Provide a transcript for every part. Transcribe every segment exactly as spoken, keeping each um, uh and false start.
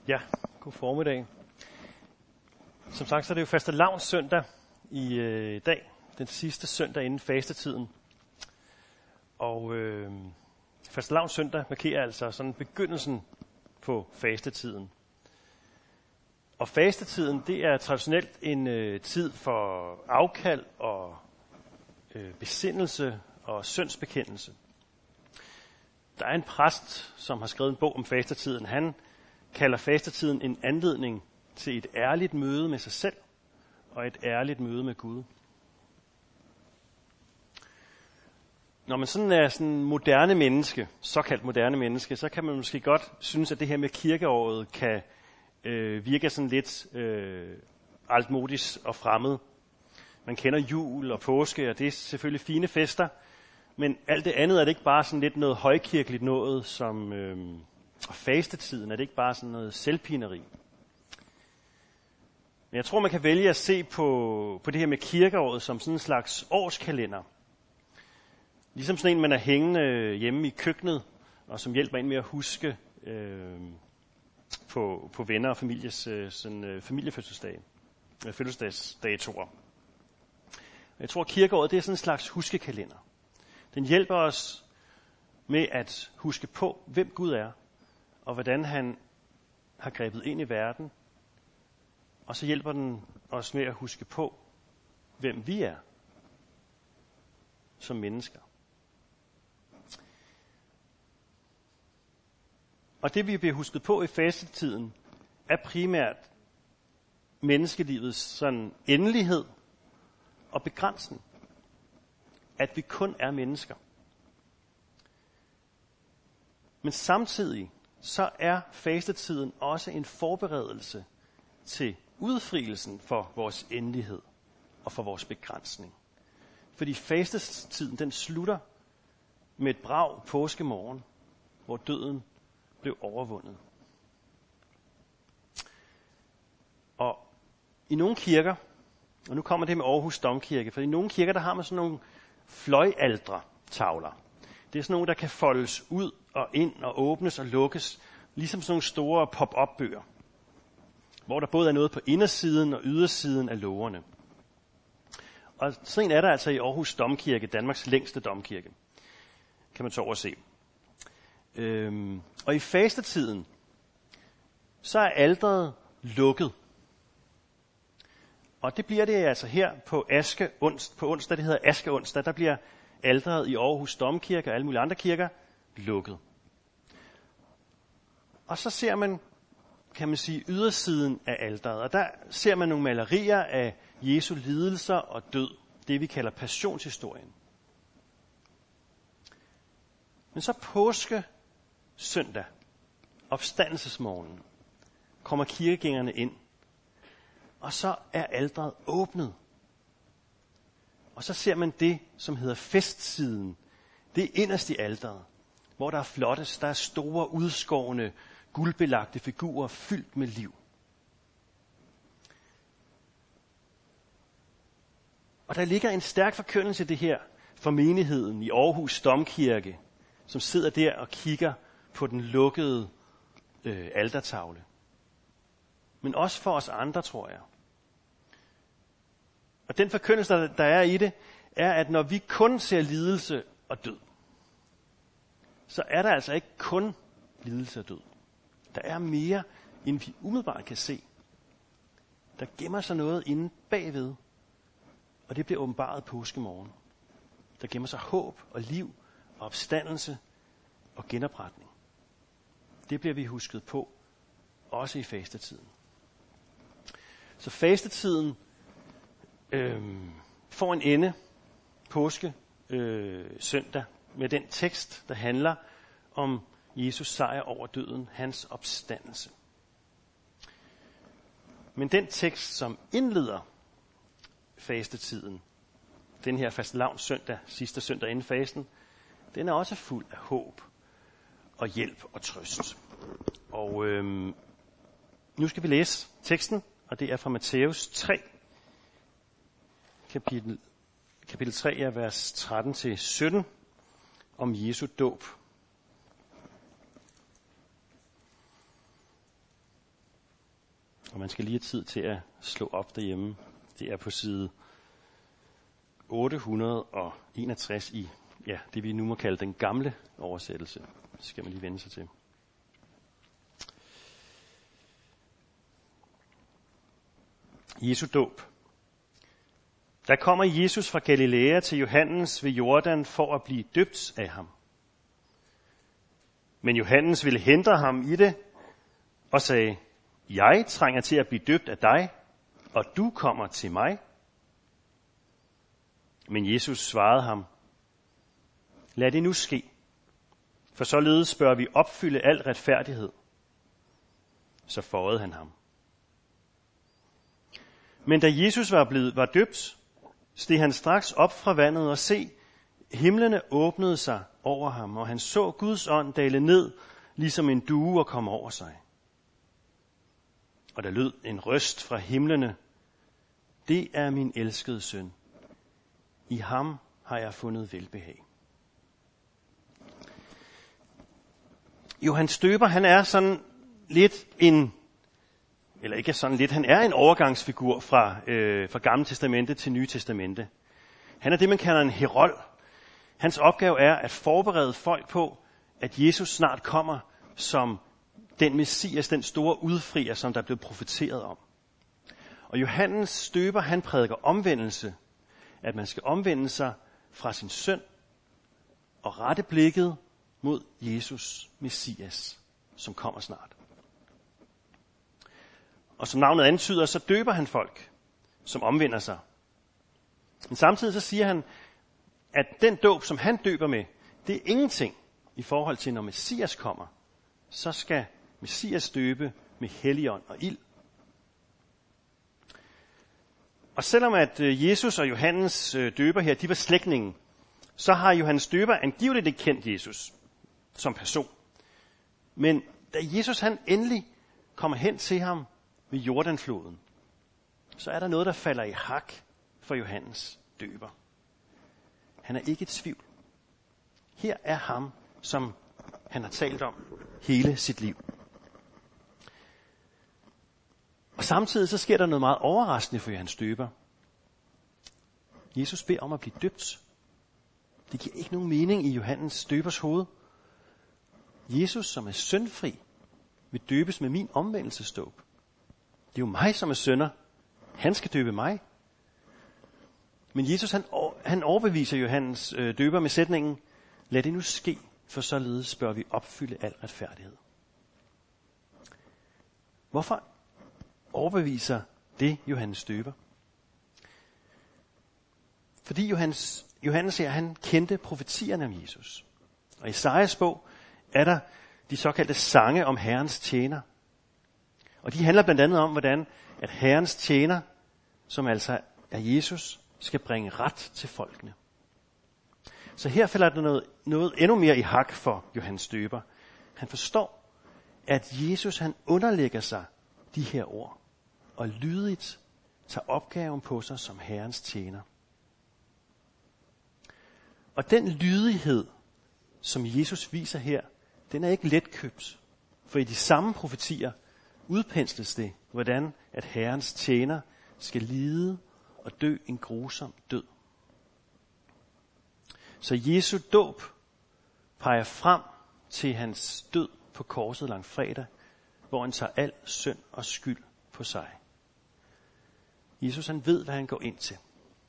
Ja, god formiddag. Som sagt, så er det jo fastelavnssøndag i øh, dag, den sidste søndag inden fastetiden. Og øh, fastelavnssøndag markerer altså sådan begyndelsen på fastetiden. Og fastetiden, det er traditionelt en øh, tid for afkald og øh, besindelse og syndsbekendelse. Der er en præst, som har skrevet en bog om fastetiden. Han kalder fastetiden en anledning til et ærligt møde med sig selv og et ærligt møde med Gud. Når man sådan er sådan moderne menneske, såkaldt moderne menneske, så kan man måske godt synes, at det her med kirkeåret kan øh, virke sådan lidt øh, altmodisk og fremmed. Man kender jul og påske, og det er selvfølgelig fine fester, men alt det andet er det ikke bare sådan lidt noget højkirkeligt noget, som øh, og fastetiden er det ikke bare sådan noget selvpineri. Men jeg tror, man kan vælge at se på, på det her med kirkeåret som sådan en slags årskalender. Ligesom sådan en, man er hængende hjemme i køkkenet, og som hjælper en med at huske øh, på, på venner og families øh, sådan, øh, familiefødselsdag, øh, fødselsdagsdatoer. Jeg tror, at kirkeåret det er sådan en slags huskekalender. Den hjælper os med at huske på, hvem Gud er, og hvordan han har grebet ind i verden. Og så hjælper den os med at huske på, hvem vi er som mennesker. Og det vi bliver husket på i fastetiden, er primært menneskelivets sådan endelighed og begrænsning. At vi kun er mennesker. Men samtidig så er fastetiden også en forberedelse til udfrielsen for vores endelighed og for vores begrænsning. Fordi fastetiden den slutter med et brag påskemorgen, hvor døden blev overvundet. Og i nogle kirker, og nu kommer det med Aarhus Domkirke, for i nogle kirker der har man sådan nogle fløjaldre-tavler. Det er sådan nogle, der kan foldes ud og ind og åbnes og lukkes, ligesom sådan nogle store pop-up-bøger, hvor der både er noget på indersiden og ydersiden af lågerne. Og sådan en er der altså i Aarhus Domkirke, Danmarks længste domkirke, kan man så overse. Øhm, og i fastetiden, så er alteret lukket. Og det bliver det altså her på Aske ons, på onsdag, det hedder Aske onsdag, der bliver alteret i Aarhus Domkirke og alle mulige andre kirker lukket. Og så ser man, kan man sige, ydersiden af alteret, og der ser man nogle malerier af Jesu lidelser og død, det vi kalder passionshistorien. Men så påske søndag, opstandelsesmorgen, kommer kirkegængerne ind, og så er alteret åbnet. Og så ser man det, som hedder festsiden. Det er inderst i alteret, hvor der er flottes, der er store, udskårne, guldbelagte figurer fyldt med liv. Og der ligger en stærk forkyndelse det her for menigheden i Aarhus Domkirke, som sidder der og kigger på den lukkede øh, altertavle. Men også for os andre, tror jeg. Og den forkyndelse, der er i det, er, at når vi kun ser lidelse og død, så er der altså ikke kun lidelse og død. Der er mere, end vi umiddelbart kan se. Der gemmer sig noget inde bagved, og det bliver åbenbaret påskemorgen. Der gemmer sig håb og liv og opstandelse og genopretning. Det bliver vi husket på, også i fastetiden. Så fastetiden øh, får en ende påske øh, søndag med den tekst, der handler om Jesus sejr over døden, hans opstandelse. Men den tekst, som indleder fastetiden, den her fastelavnssøndag, sidste søndag inden fasten, den er også fuld af håb og hjælp og trøst. Og øh, nu skal vi læse teksten, og det er fra Matthæus tre, kapitel, kapitel tre, er vers tretten til sytten, om Jesu dåb. Og man skal lige have tid til at slå op derhjemme. Det er på side otte hundrede enogtres i ja, det, vi nu må kalde den gamle oversættelse. Det skal man lige vende sig til. Jesu dåb. Der kommer Jesus fra Galilea til Johannes ved Jordan for at blive døbt af ham. Men Johannes ville hindre ham i det og sagde, jeg trænger til at blive døbt af dig, og du kommer til mig. Men Jesus svarede ham, lad det nu ske, for således bør vi opfylde al retfærdighed. Så føjede han ham. Men da Jesus var blevet var døbt, steg han straks op fra vandet og se, himlene åbnede sig over ham, og han så Guds ånd dale ned, ligesom en due og komme over sig. Og der lød en røst fra himlene, det er min elskede søn. I ham har jeg fundet velbehag. Johannes Døber, han er sådan lidt en, eller ikke sådan lidt, han er en overgangsfigur fra, øh, fra Gamle Testamente til Nye Testamente. Han er det, man kalder en herold. Hans opgave er at forberede folk på, at Jesus snart kommer som den Messias, den store udfrier, som der blev profeteret om. Og Johannes Døber, han prædiker omvendelse, at man skal omvende sig fra sin synd og rette blikket mod Jesus, Messias, som kommer snart. Og som navnet antyder, så døber han folk, som omvender sig. Men samtidig så siger han, at den dåb, som han døber med, det er ingenting i forhold til, når Messias kommer. Så skal Messias døbe med helligånd og ild. Og selvom at Jesus og Johannes døber her, de var slægtninge, så har Johannes Døber angiveligt ikke kendt Jesus som person. Men da Jesus han endelig kommer hen til ham ved Jordanfloden, så er der noget, der falder i hak for Johannes Døber. Han er ikke i tvivl. Her er ham, som han har talt om hele sit liv. Og samtidig så sker der noget meget overraskende for Johannes Døber. Jesus beder om at blive døbt. Det giver ikke nogen mening i Johannes Døbers hoved. Jesus, som er syndfri, vil døbes med min omvendelsesdåb. Det er jo mig, som er synder. Han skal døbe mig. Men Jesus, han, han overbeviser Johannes øh, Døber med sætningen, lad det nu ske, for således bør vi opfylde al retfærdighed. Hvorfor overbeviser det Johannes Døber? Fordi Johannes, Johannes her, han kendte profetierne om Jesus. Og i Esajas bog er der de såkaldte sange om Herrens tjener. Og de handler blandt andet om, hvordan at Herrens tjener, som altså er Jesus, skal bringe ret til folkene. Så her falder der noget, noget endnu mere i hak for Johannes Døber. Han forstår, at Jesus han underlægger sig de her ord, og lydigt tager opgaven på sig som Herrens tjener. Og den lydighed, som Jesus viser her, den er ikke letkøbt. For i de samme profetier udpensles det, hvordan at Herrens tjener skal lide og dø en grusom død. Så Jesu dåb peger frem til hans død på korset langfredag, hvor han tager al synd og skyld på sig. Jesus han ved, hvad han går ind til.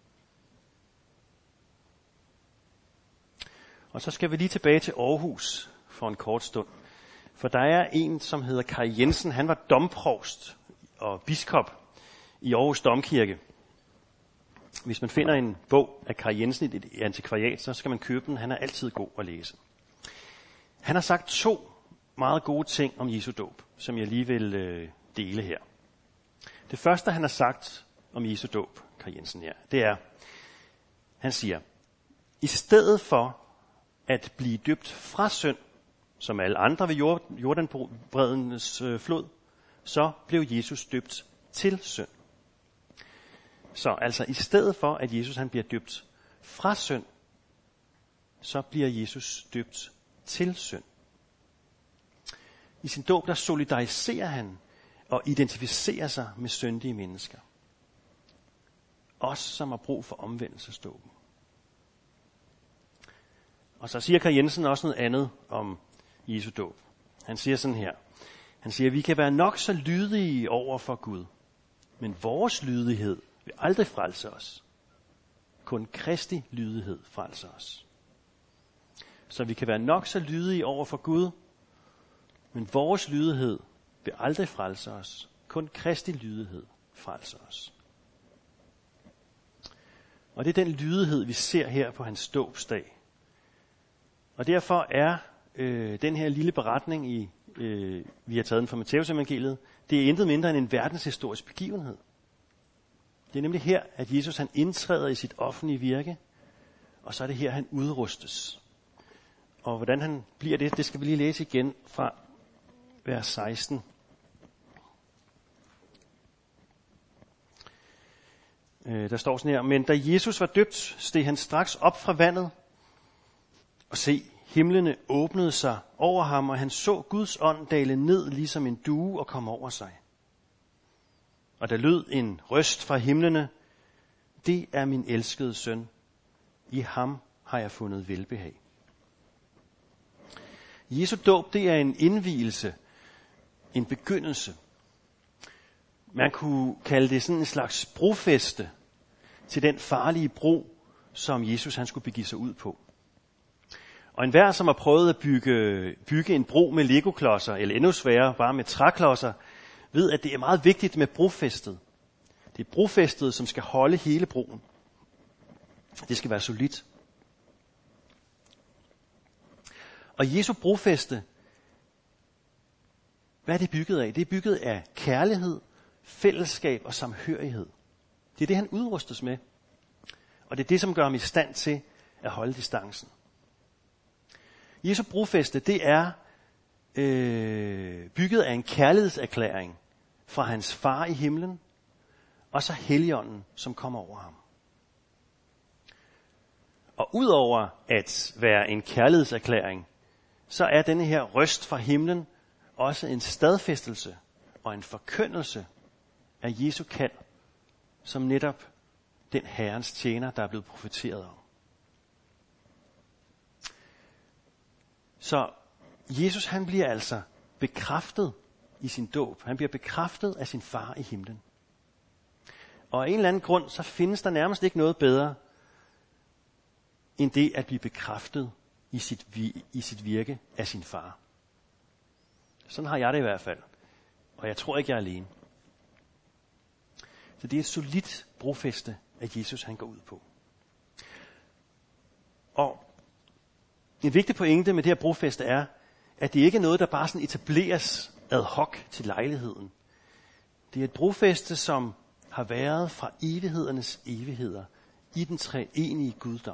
Og så skal vi lige tilbage til Aarhus for en kort stund. For der er en, som hedder Kai Jensen. Han var domprovst og biskop i Aarhus Domkirke. Hvis man finder en bog af Kai Jensen i et antikvariat, så skal man købe den. Han er altid god at læse. Han har sagt to meget gode ting om Jesu dåb, som jeg lige vil øh, dele her. Det første, han har sagt om Jesu dåb, Kai Jensen her, det er, han siger, i stedet for at blive døbt fra synd, som alle andre ved Jordanbredens øh, flod, så blev Jesus døbt til synd. Så altså i stedet for, at Jesus han bliver døbt fra synd, så bliver Jesus døbt til synd. I sin dåb, der solidariserer han og identificere sig med syndige mennesker. Os, som har brug for omvendelsesdåben. Og så siger Kai Jensen også noget andet om Jesu dåb. Han siger sådan her. Han siger, at vi kan være nok så lydige over for Gud, men vores lydighed vil aldrig frelse os. Kun Kristi lydighed frelser os. Så vi kan være nok så lydige over for Gud, men vores lydighed vil aldrig frelse os. Kun Kristi lydighed frelser os. Og det er den lydighed, vi ser her på hans dåbsdag. Og derfor er øh, den her lille beretning, i, øh, vi har taget den fra Matthæus evangeliet, det er intet mindre end en verdenshistorisk begivenhed. Det er nemlig her, at Jesus han indtræder i sit offentlige virke, og så er det her, han udrustes. Og hvordan han bliver det, det skal vi lige læse igen fra vers seksten. Der står sådan her, men da Jesus var døbt, steg han straks op fra vandet, og se, himlene åbnede sig over ham, og han så Guds ånd dale ned ligesom en due og komme over sig. Og der lød en røst fra himlene, det er min elskede søn, i ham har jeg fundet velbehag. Jesu dåb, det er en indvielse, en begyndelse. Man kunne kalde det sådan en slags brofæste til den farlige bro, som Jesus han skulle begive sig ud på. Og enhver, som har prøvet at bygge, bygge en bro med legoklodser, eller endnu sværere, bare med træklodser, ved, at det er meget vigtigt med brofæstet. Det er brofæstet, som skal holde hele broen. Det skal være solidt. Og Jesu brofæste, hvad er det bygget af? Det er bygget af kærlighed, fællesskab og samhørighed. Det er det, han udrustes med. Og det er det, som gør ham i stand til at holde distancen. Jesu brofæste, det er øh, bygget af en kærlighedserklæring fra hans far i himlen, og så Helligånden, som kommer over ham. Og udover at være en kærlighedserklæring, så er denne her røst fra himlen også en stadfæstelse og en forkyndelse af Jesu kald, som netop den Herrens tjener, der er blevet profeteret om. Så Jesus han bliver altså bekræftet i sin dåb. Han bliver bekræftet af sin far i himlen. Og af en eller anden grund, så findes der nærmest ikke noget bedre, end det at blive bekræftet i sit, i sit virke af sin far. Sådan har jeg det i hvert fald. Og jeg tror ikke, jeg er alene. Så det er et solidt brofæste, at Jesus han går ud på. Og en vigtig pointe med det her brofæste er, at det ikke er noget, der bare sådan etableres ad hoc til lejligheden. Det er et brofæste, som har været fra evighedernes evigheder i den treenige guddom.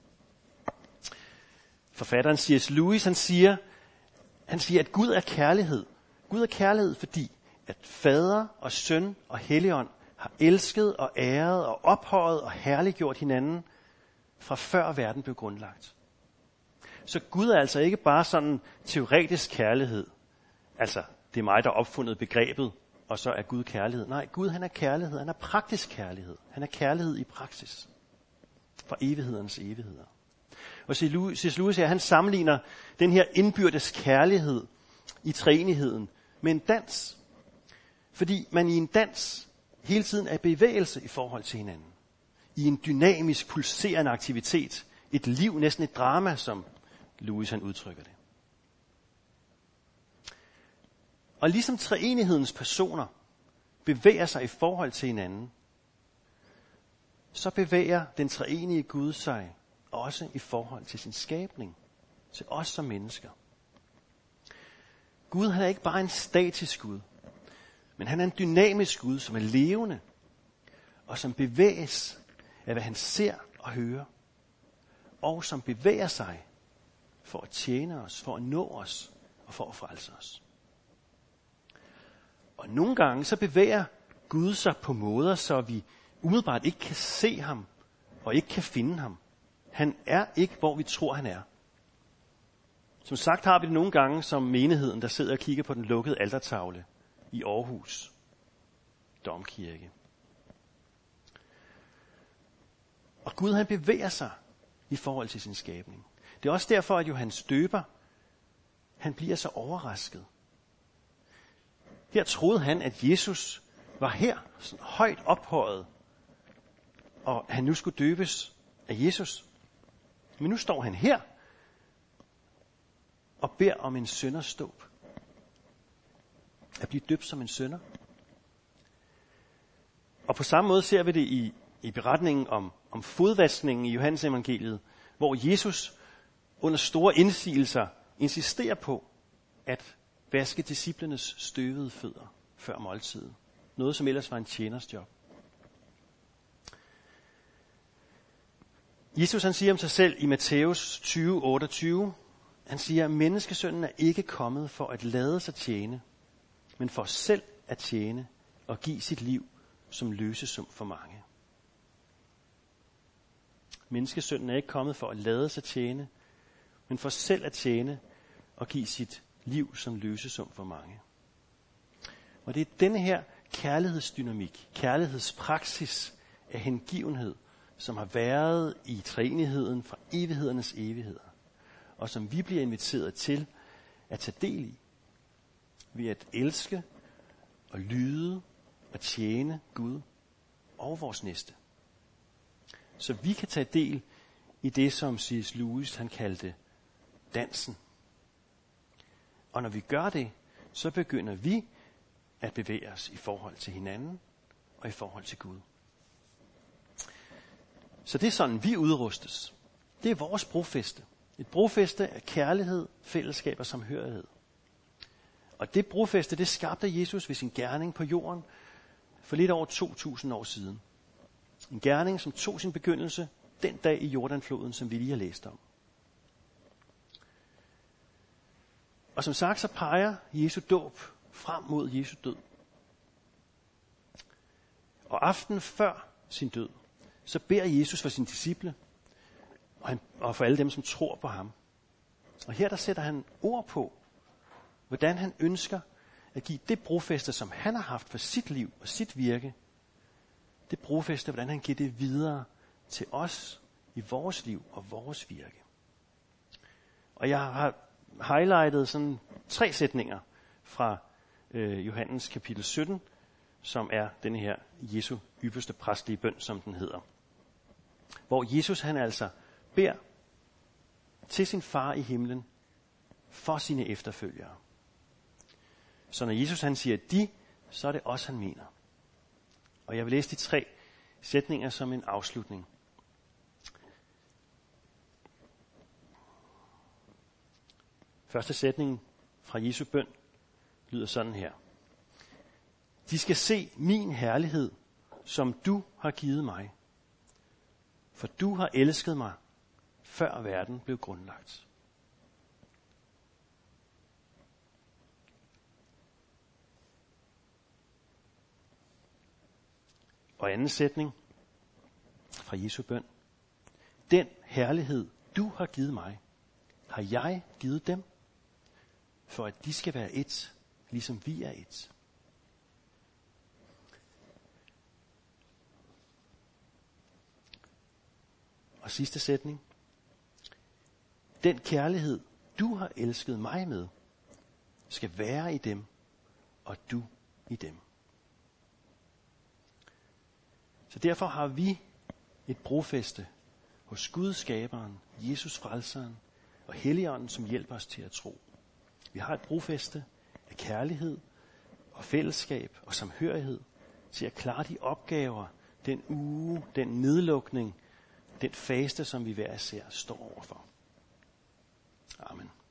Forfatteren C S Lewis, han siger, han siger, at Gud er kærlighed. Gud er kærlighed, fordi at fader og søn og helligånd har elsket og æret og ophøjet og herliggjort hinanden fra før verden blev grundlagt. Så Gud er altså ikke bare sådan teoretisk kærlighed. Altså, det er mig, der har opfundet begrebet, og så er Gud kærlighed. Nej, Gud han er kærlighed. Han er praktisk kærlighed. Han er kærlighed i praksis. Fra evighedernes evigheder. Og C S Lewis her, han sammenligner den her indbyrdes kærlighed i treenigheden med en dans. Fordi man i en dans hele tiden er i bevægelse i forhold til hinanden. I en dynamisk, pulserende aktivitet. Et liv, næsten et drama, som Lewis han udtrykker det. Og ligesom treenighedens personer bevæger sig i forhold til hinanden, så bevæger den treenige Gud sig også i forhold til sin skabning, til os som mennesker. Gud han er ikke bare en statisk Gud, men han er en dynamisk Gud, som er levende, og som bevæges af, hvad han ser og hører, og som bevæger sig for at tjene os, for at nå os og for at frelse os. Og nogle gange så bevæger Gud sig på måder, så vi umiddelbart ikke kan se ham og ikke kan finde ham. Han er ikke, hvor vi tror, han er. Som sagt har vi det nogle gange som menigheden, der sidder og kigger på den lukkede altertavle i Aarhus Domkirke. Og Gud han bevæger sig i forhold til sin skabning. Det er også derfor, at Johannes Døber, han bliver så overrasket. Her troede han, at Jesus var her, sådan højt ophøjet, og han nu skulle døbes af Jesus. Men nu står han her og beder om en synders dåb. At blive døbt som en synder. Og på samme måde ser vi det i, i beretningen om, om fodvaskningen i Johannes evangeliet, hvor Jesus under store indsigelser insisterer på at vaske disciplenes støvede fødder før måltidet. Noget, som ellers var en tjeners job. Jesus han siger om sig selv i Matthæus tyve otteogtyve, han siger, at menneskesønnen er ikke kommet for at lade sig tjene, men for selv at tjene og give sit liv som løsesum for mange. Menneskesønnen er ikke kommet for at lade sig tjene, men for selv at tjene og give sit liv som løsesum for mange. Og det er denne her kærlighedsdynamik, kærlighedspraksis af hengivenhed, som har været i treenigheden fra evighedernes evigheder, og som vi bliver inviteret til at tage del i, ved at elske og lyde og tjene Gud og vores næste. Så vi kan tage del i det, som C S Lewis han kaldte dansen. Og når vi gør det, så begynder vi at bevæge os i forhold til hinanden og i forhold til Gud. Så det er sådan, vi udrustes. Det er vores brofæste. Et brofæste af kærlighed, fællesskab og samhørighed. Og det brofæste, det skabte Jesus ved sin gerning på jorden for lidt over to tusind år siden. En gerning, som tog sin begyndelse den dag i Jordanfloden, som vi lige har læst om. Og som sagt, så peger Jesu dåb frem mod Jesu død. Og aftenen før sin død, så beder Jesus for sine disciple, og, han, og for alle dem, som tror på ham. Og her der sætter han ord på, hvordan han ønsker at give det brofæste, som han har haft for sit liv og sit virke, det brofæste, hvordan han giver det videre til os i vores liv og vores virke. Og jeg har highlightet sådan tre sætninger fra øh, Johannes kapitel sytten, som er denne her Jesu ypperste præstelige bøn, som den hedder. Hvor Jesus han altså beder til sin far i himlen for sine efterfølgere. Så når Jesus han siger de, så er det også han mener. Og jeg vil læse de tre sætninger som en afslutning. Første sætning fra Jesu bøn lyder sådan her. De skal se min herlighed, som du har givet mig. For du har elsket mig, før verden blev grundlagt. Og anden sætning fra Jesu bøn. Den herlighed, du har givet mig, har jeg givet dem, for at de skal være et, ligesom vi er et. Og sidste sætning. Den kærlighed, du har elsket mig med, skal være i dem, og du i dem. Så derfor har vi et brofæste hos Gud skaberen, Jesus frelseren og Helligånden, som hjælper os til at tro. Vi har et brofæste af kærlighed og fællesskab og samhørighed til at klare de opgaver, den uge, den nedlukning, den faste, som vi hver især står overfor. Amen.